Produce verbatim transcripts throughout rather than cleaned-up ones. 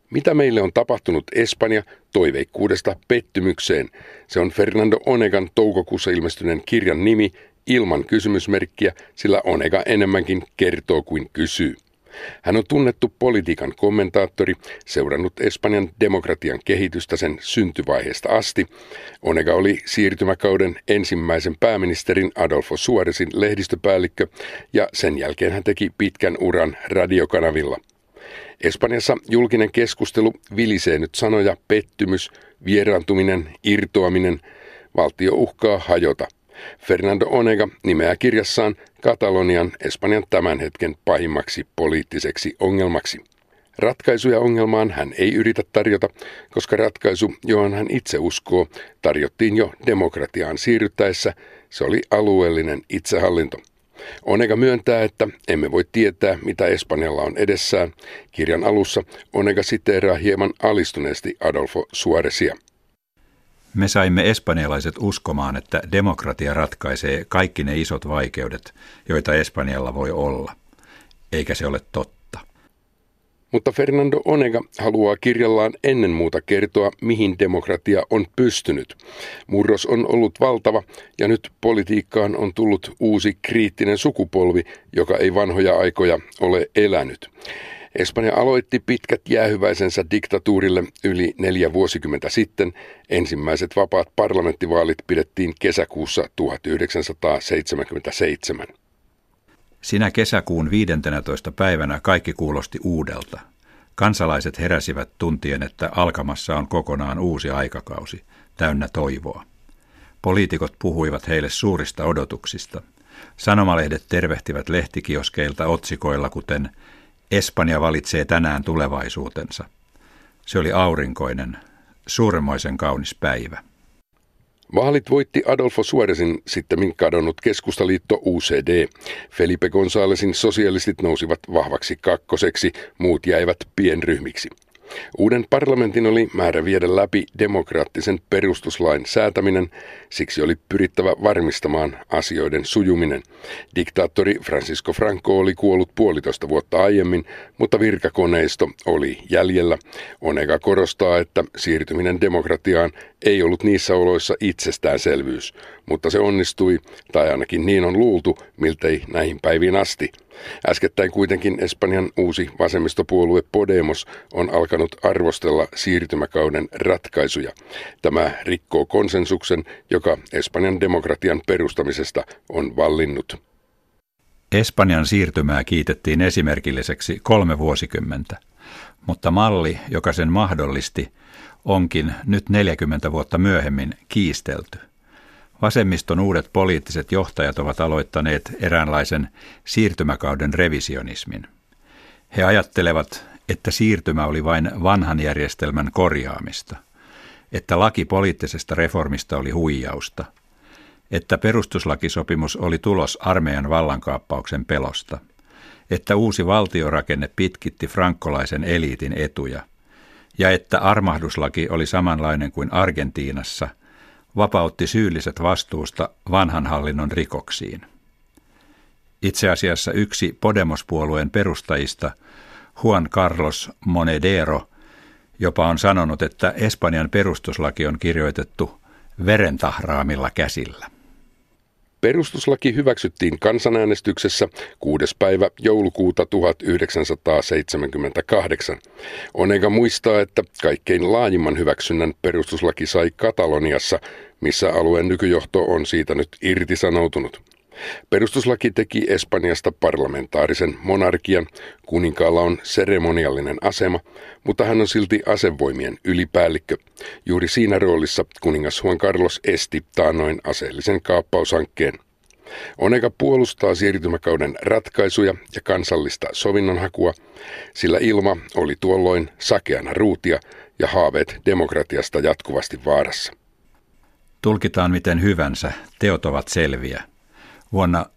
Mitä meille on tapahtunut Espanja toiveikkuudesta pettymykseen? Se on Fernando Onegan toukokuussa ilmestyneen kirjan nimi ilman kysymysmerkkiä, sillä Onega enemmänkin kertoo kuin kysyy. Hän on tunnettu politiikan kommentaattori, seurannut Espanjan demokratian kehitystä sen syntyvaiheesta asti. Onega oli siirtymäkauden ensimmäisen pääministerin Adolfo Suárezin lehdistöpäällikkö ja sen jälkeen hän teki pitkän uran radiokanavilla. Espanjassa julkinen keskustelu vilisee nyt sanoja pettymys, vieraantuminen, irtoaminen. Valtio uhkaa hajota. Fernando Onega nimeää kirjassaan Katalonian Espanjan tämän hetken pahimmaksi poliittiseksi ongelmaksi. Ratkaisuja ongelmaan hän ei yritä tarjota, koska ratkaisu, johon hän itse uskoo, tarjottiin jo demokratiaan siirryttäessä. Se oli alueellinen itsehallinto. Onega myöntää, että emme voi tietää, mitä Espanjalla on edessään. Kirjan alussa Onega siteeraa hieman alistuneesti Adolfo Suárezia. Me saimme espanjalaiset uskomaan, että demokratia ratkaisee kaikki ne isot vaikeudet, joita Espanjalla voi olla. Eikä se ole totta. Mutta Fernando Onega haluaa kirjallaan ennen muuta kertoa, mihin demokratia on pystynyt. Murros on ollut valtava ja nyt politiikkaan on tullut uusi kriittinen sukupolvi, joka ei vanhoja aikoja ole elänyt. Espanja aloitti pitkät jäähyväisensä diktatuurille yli neljä vuosikymmentä sitten. Ensimmäiset vapaat parlamenttivaalit pidettiin kesäkuussa tuhatyhdeksänsataaseitsemänkymmentäseitsemän. Sinä kesäkuun viidentenätoista päivänä kaikki kuulosti uudelta. Kansalaiset heräsivät tuntien, että alkamassa on kokonaan uusi aikakausi, täynnä toivoa. Poliitikot puhuivat heille suurista odotuksista. Sanomalehdet tervehtivät lehtikioskeilta otsikoilla kuten Espanja valitsee tänään tulevaisuutensa. Se oli aurinkoinen, suuremmoisen kaunis päivä. Vaalit voitti Adolfo Suárezin sittemmin kadonnut keskustaliitto U C D. Felipe Gonzálezin sosialistit nousivat vahvaksi kakkoseksi, muut jäivät pienryhmiksi. Uuden parlamentin oli määrä viedä läpi demokraattisen perustuslain säätäminen, siksi oli pyrittävä varmistamaan asioiden sujuminen. Diktaattori Francisco Franco oli kuollut puolitoista vuotta aiemmin, mutta virkakoneisto oli jäljellä. Onega korostaa, että siirtyminen demokratiaan ei ollut niissä oloissa itsestäänselvyys, mutta se onnistui, tai ainakin niin on luultu, miltei näihin päiviin asti. Äskettäin kuitenkin Espanjan uusi vasemmistopuolue Podemos on alkanut arvostella siirtymäkauden ratkaisuja. Tämä rikkoo konsensuksen, joka Espanjan demokratian perustamisesta on vallinnut. Espanjan siirtymää kiitettiin esimerkilliseksi kolme vuosikymmentä, mutta malli, joka sen mahdollisti, onkin nyt neljäkymmentä vuotta myöhemmin kiistelty. Vasemmiston uudet poliittiset johtajat ovat aloittaneet eräänlaisen siirtymäkauden revisionismin. He ajattelevat, että siirtymä oli vain vanhan järjestelmän korjaamista, että laki poliittisesta reformista oli huijausta, että perustuslakisopimus oli tulos armeijan vallankaappauksen pelosta, että uusi valtiorakenne pitkitti frankkolaisen eliitin etuja ja että armahduslaki oli samanlainen kuin Argentiinassa, vapautti syylliset vastuusta vanhan hallinnon rikoksiin. Itse asiassa yksi Podemos-puolueen perustajista, Juan Carlos Monedero, jopa on sanonut, että Espanjan perustuslaki on kirjoitettu verentahraamilla käsillä. Perustuslaki hyväksyttiin kansanäänestyksessä kuudes päivä joulukuuta tuhatyhdeksänsataaseitsemänkymmentäkahdeksan. Onega muistaa, että kaikkein laajimman hyväksynnän perustuslaki sai Kataloniassa, missä alueen nykyjohto on siitä nyt irtisanoutunut. Perustuslaki teki Espanjasta parlamentaarisen monarkian, kuninkaalla on seremoniallinen asema, mutta hän on silti asevoimien ylipäällikkö. Juuri siinä roolissa kuningas Juan Carlos esti taannoin aseellisen kaappaushankkeen. Onega puolustaa siirtymäkauden ratkaisuja ja kansallista sovinnonhakua, sillä ilma oli tuolloin sakeana ruutia ja haaveet demokratiasta jatkuvasti vaarassa. Tulkitaan miten hyvänsä, teot ovat selviä. Vuonna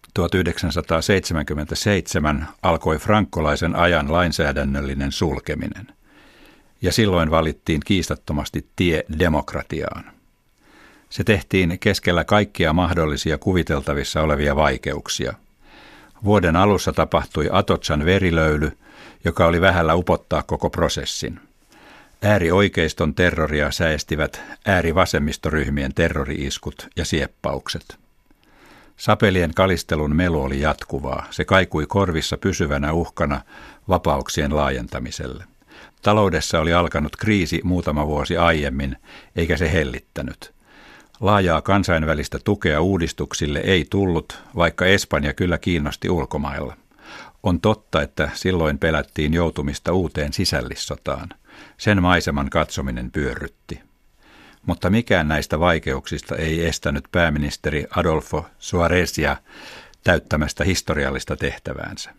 tuhatyhdeksänsataaseitsemänkymmentäseitsemän alkoi frankkolaisen ajan lainsäädännöllinen sulkeminen, ja silloin valittiin kiistattomasti tie demokratiaan. Se tehtiin keskellä kaikkia mahdollisia kuviteltavissa olevia vaikeuksia. Vuoden alussa tapahtui Atochan verilöyly, joka oli vähällä upottaa koko prosessin. Äärioikeiston terroria säestivät äärivasemmistoryhmien terrori-iskut ja sieppaukset. Sapelien kalistelun melu oli jatkuvaa. Se kaikui korvissa pysyvänä uhkana vapauksien laajentamiselle. Taloudessa oli alkanut kriisi muutama vuosi aiemmin, eikä se hellittänyt. Laajaa kansainvälistä tukea uudistuksille ei tullut, vaikka Espanja kyllä kiinnosti ulkomailla. On totta, että silloin pelättiin joutumista uuteen sisällissotaan. Sen maiseman katsominen pyörrytti. Mutta mikään näistä vaikeuksista ei estänyt pääministeri Adolfo Suárezia täyttämästä historiallista tehtäväänsä.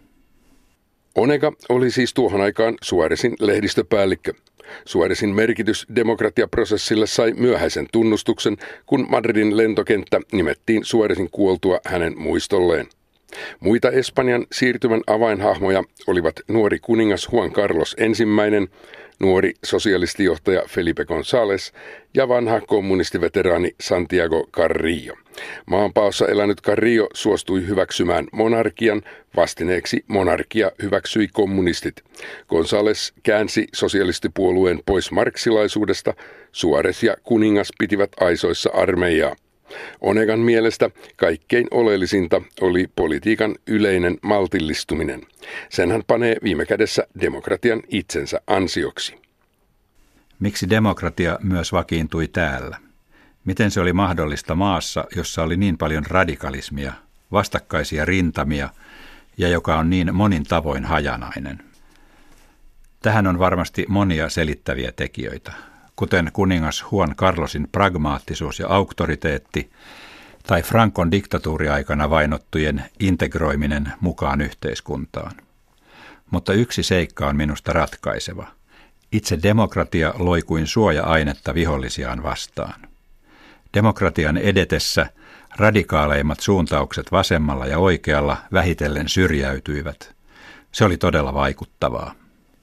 Onega oli siis tuohon aikaan Suárezin lehdistöpäällikkö. Suárezin merkitys demokratiaprosessille sai myöhäisen tunnustuksen, kun Madridin lentokenttä nimettiin Suárezin kuoltua hänen muistolleen. Muita Espanjan siirtymän avainhahmoja olivat nuori kuningas Juan Carlos ensimmäinen, nuori sosialistijohtaja Felipe González ja vanha kommunistiveteraani Santiago Carrillo. Maanpaossa elänyt Carrillo suostui hyväksymään monarkian, vastineeksi monarkia hyväksyi kommunistit. González käänsi sosialistipuolueen pois marksilaisuudesta, Suárez ja kuningas pitivät aisoissa armeijaa. Onegan mielestä kaikkein oleellisinta oli politiikan yleinen maltillistuminen. Sen hän panee viime kädessä demokratian itsensä ansioksi. Miksi demokratia myös vakiintui täällä? Miten se oli mahdollista maassa, jossa oli niin paljon radikalismia, vastakkaisia rintamia ja joka on niin monin tavoin hajanainen? Tähän on varmasti monia selittäviä tekijöitä, kuten kuningas Juan Carlosin pragmaattisuus ja auktoriteetti tai Francon diktatuuriaikana vainottujen integroiminen mukaan yhteiskuntaan. Mutta yksi seikka on minusta ratkaiseva. Itse demokratia loi kuin suoja-ainetta vihollisiaan vastaan. Demokratian edetessä radikaaleimmat suuntaukset vasemmalla ja oikealla vähitellen syrjäytyivät. Se oli todella vaikuttavaa.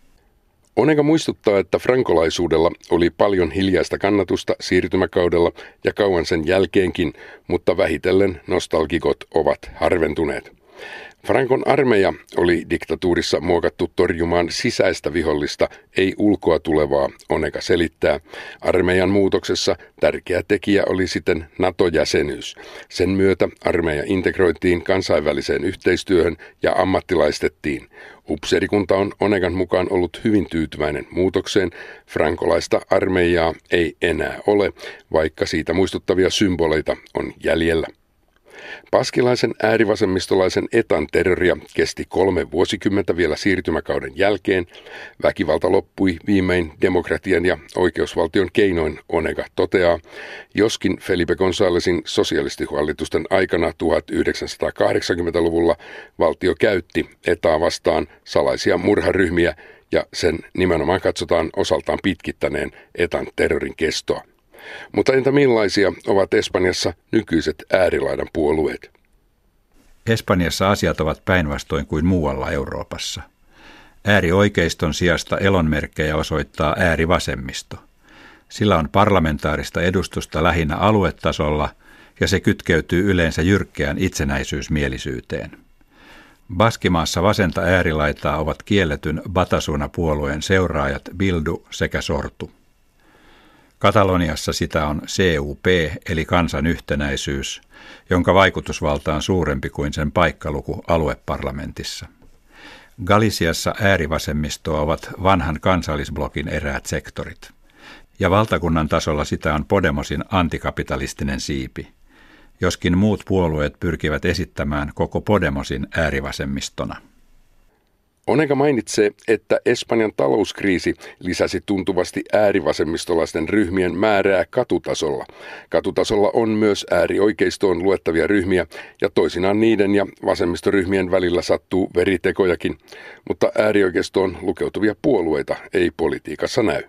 Onega muistuttaa, että frankolaisuudella oli paljon hiljaista kannatusta siirtymäkaudella ja kauan sen jälkeenkin, mutta vähitellen nostalgikot ovat harventuneet. Francon armeija oli diktatuurissa muokattu torjumaan sisäistä vihollista, ei ulkoa tulevaa, Onega selittää. Armeijan muutoksessa tärkeä tekijä oli siten NATO-jäsenyys. Sen myötä armeija integroitiin kansainväliseen yhteistyöhön ja ammattilaistettiin. Upseerikunta on Onegan mukaan ollut hyvin tyytyväinen muutokseen. Frankolaista armeijaa ei enää ole, vaikka siitä muistuttavia symboleita on jäljellä. Baskilaisen äärivasemmistolaisen Etan terroria kesti kolme vuosikymmentä vielä siirtymäkauden jälkeen. Väkivalta loppui viimein demokratian ja oikeusvaltion keinoin, Onega toteaa, joskin Felipe Gonzálezin sosialistihallitusten aikana tuhatyhdeksänsataakahdeksankymmentäluvulla valtio käytti Etaa vastaan salaisia murharyhmiä ja sen nimenomaan katsotaan osaltaan pitkittäneen Etan terrorin kestoa. Mutta entä millaisia ovat Espanjassa nykyiset äärilaidan puolueet? Espanjassa asiat ovat päinvastoin kuin muualla Euroopassa. Äärioikeiston sijasta elonmerkkejä osoittaa äärivasemmisto. Sillä on parlamentaarista edustusta lähinnä aluetasolla ja se kytkeytyy yleensä jyrkkään itsenäisyysmielisyyteen. Baskimaassa vasenta äärilaitaa ovat kielletyn Batasuna-puolueen seuraajat Bildu sekä Sortu. Kataloniassa sitä on C U P eli kansan yhtenäisyys, jonka vaikutusvalta on suurempi kuin sen paikkaluku alueparlamentissa. Galisiassa äärivasemmistoa ovat vanhan kansallisblokin eräät sektorit. Ja valtakunnan tasolla sitä on Podemosin antikapitalistinen siipi, joskin muut puolueet pyrkivät esittämään koko Podemosin äärivasemmistona. Onega mainitsee, että Espanjan talouskriisi lisäsi tuntuvasti äärivasemmistolaisten ryhmien määrää katutasolla. Katutasolla on myös äärioikeistoon luettavia ryhmiä ja toisinaan niiden ja vasemmistoryhmien välillä sattuu veritekojakin, mutta äärioikeistoon lukeutuvia puolueita ei politiikassa näy.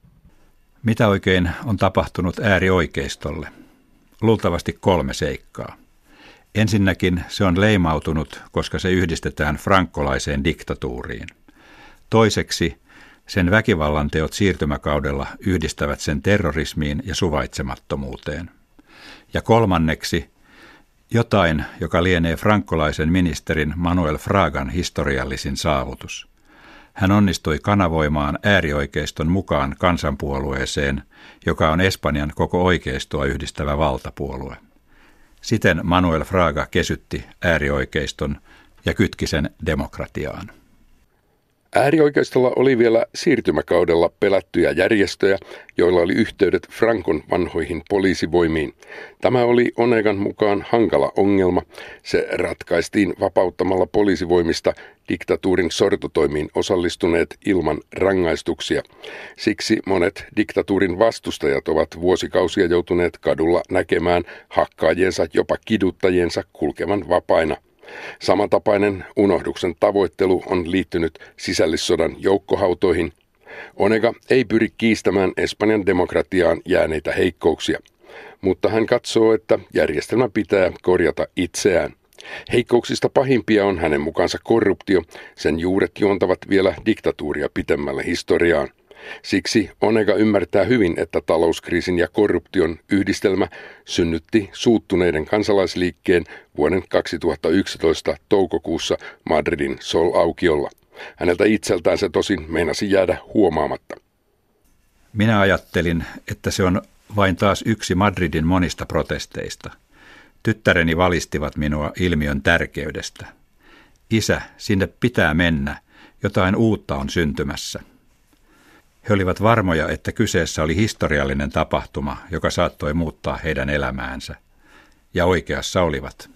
Mitä oikein on tapahtunut äärioikeistolle? Luultavasti kolme seikkaa. Ensinnäkin se on leimautunut, koska se yhdistetään frankkolaiseen diktatuuriin. Toiseksi sen väkivallan teot siirtymäkaudella yhdistävät sen terrorismiin ja suvaitsemattomuuteen. Ja kolmanneksi jotain, joka lienee frankkolaisen ministerin Manuel Fragan historiallisin saavutus. Hän onnistui kanavoimaan äärioikeiston mukaan kansanpuolueeseen, joka on Espanjan koko oikeistoa yhdistävä valtapuolue. Siten Manuel Fraga kesytti äärioikeiston ja kytki sen demokratiaan. Äärioikeistolla oli vielä siirtymäkaudella pelättyjä järjestöjä, joilla oli yhteydet Francon vanhoihin poliisivoimiin. Tämä oli Onegan mukaan hankala ongelma. Se ratkaistiin vapauttamalla poliisivoimista diktatuurin sortotoimiin osallistuneet ilman rangaistuksia. Siksi monet diktatuurin vastustajat ovat vuosikausia joutuneet kadulla näkemään hakkaajiensa, jopa kiduttajiensa kulkevan vapaina. Samantapainen unohduksen tavoittelu on liittynyt sisällissodan joukkohautoihin. Onega ei pyri kiistämään Espanjan demokratiaan jääneitä heikkouksia, mutta hän katsoo, että järjestelmä pitää korjata itseään. Heikkouksista pahimpia on hänen mukaansa korruptio, sen juuret juontavat vielä diktatuuria pitemmälle historiaan. Siksi Onega ymmärtää hyvin, että talouskriisin ja korruption yhdistelmä synnytti suuttuneiden kansalaisliikkeen vuoden kaksituhattayksitoista toukokuussa Madridin Sol-aukiolla. Häneltä itseltään se tosin meinasi jäädä huomaamatta. Minä ajattelin, että se on vain taas yksi Madridin monista protesteista. Tyttäreni valistivat minua ilmiön tärkeydestä. Isä, sinne pitää mennä. Jotain uutta on syntymässä. He olivat varmoja, että kyseessä oli historiallinen tapahtuma, joka saattoi muuttaa heidän elämäänsä. Ja oikeassa olivat.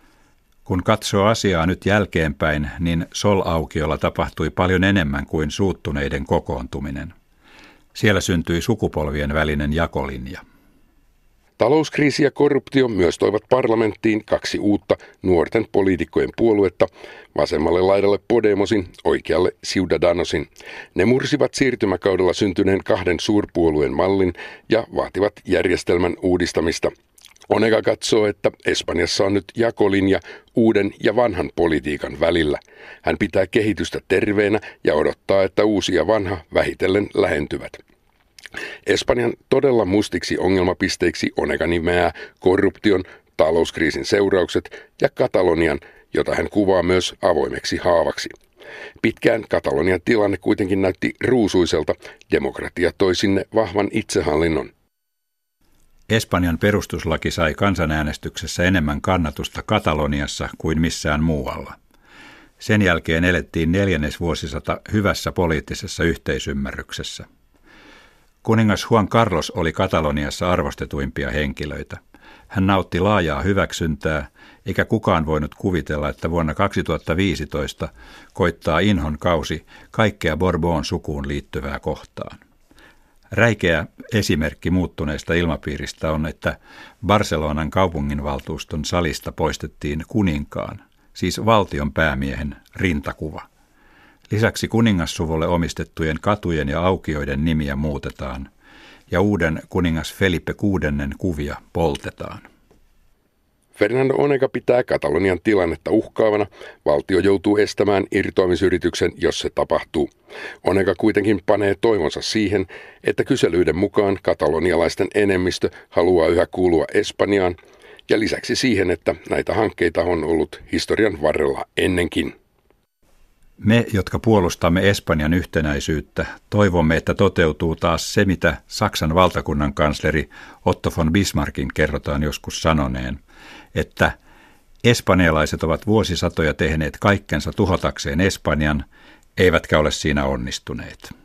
Kun katsoo asiaa nyt jälkeenpäin, niin Sol-aukiolla tapahtui paljon enemmän kuin suuttuneiden kokoontuminen. Siellä syntyi sukupolvien välinen jakolinja. Talouskriisi ja korruptio myös toivat parlamenttiin kaksi uutta nuorten poliitikkojen puoluetta, vasemmalle laidalle Podemosin, oikealle Ciudadanosin. Ne mursivat siirtymäkaudella syntyneen kahden suurpuolueen mallin ja vaativat järjestelmän uudistamista. Onega katsoo, että Espanjassa on nyt jakolinja uuden ja vanhan politiikan välillä. Hän pitää kehitystä terveenä ja odottaa, että uusi ja vanha vähitellen lähentyvät. Espanjan todella mustiksi ongelmapisteiksi Onega nimeää korruption, talouskriisin seuraukset ja Katalonian, jota hän kuvaa myös avoimeksi haavaksi. Pitkään Katalonian tilanne kuitenkin näytti ruusuiselta, demokratia toi sinne vahvan itsehallinnon. Espanjan perustuslaki sai kansanäänestyksessä enemmän kannatusta Kataloniassa kuin missään muualla. Sen jälkeen elettiin neljännesvuosisata hyvässä poliittisessa yhteisymmärryksessä. Kuningas Juan Carlos oli Kataloniassa arvostetuimpia henkilöitä. Hän nautti laajaa hyväksyntää, eikä kukaan voinut kuvitella, että vuonna kaksituhattaviisitoista koittaa inhon kausi kaikkea Bourbon-sukuun liittyvää kohtaan. Räikeä esimerkki muuttuneesta ilmapiiristä on, että Barcelonan kaupunginvaltuuston salista poistettiin kuninkaan, siis valtion päämiehen rintakuva. Lisäksi kuningassuvulle omistettujen katujen ja aukioiden nimiä muutetaan ja uuden kuningas Felipe kuudennen kuvia poltetaan. Fernando Onega pitää Katalonian tilannetta uhkaavana. Valtio joutuu estämään irtoamisyrityksen, jos se tapahtuu. Onega kuitenkin panee toivonsa siihen, että kyselyiden mukaan katalonialaisten enemmistö haluaa yhä kuulua Espanjaan ja lisäksi siihen, että näitä hankkeita on ollut historian varrella ennenkin. Me, jotka puolustamme Espanjan yhtenäisyyttä, toivomme, että toteutuu taas se, mitä Saksan valtakunnan kansleri Otto von Bismarckin kerrotaan joskus sanoneen, että espanjalaiset ovat vuosisatoja tehneet kaikkensa tuhotakseen Espanjan, eivätkä ole siinä onnistuneet.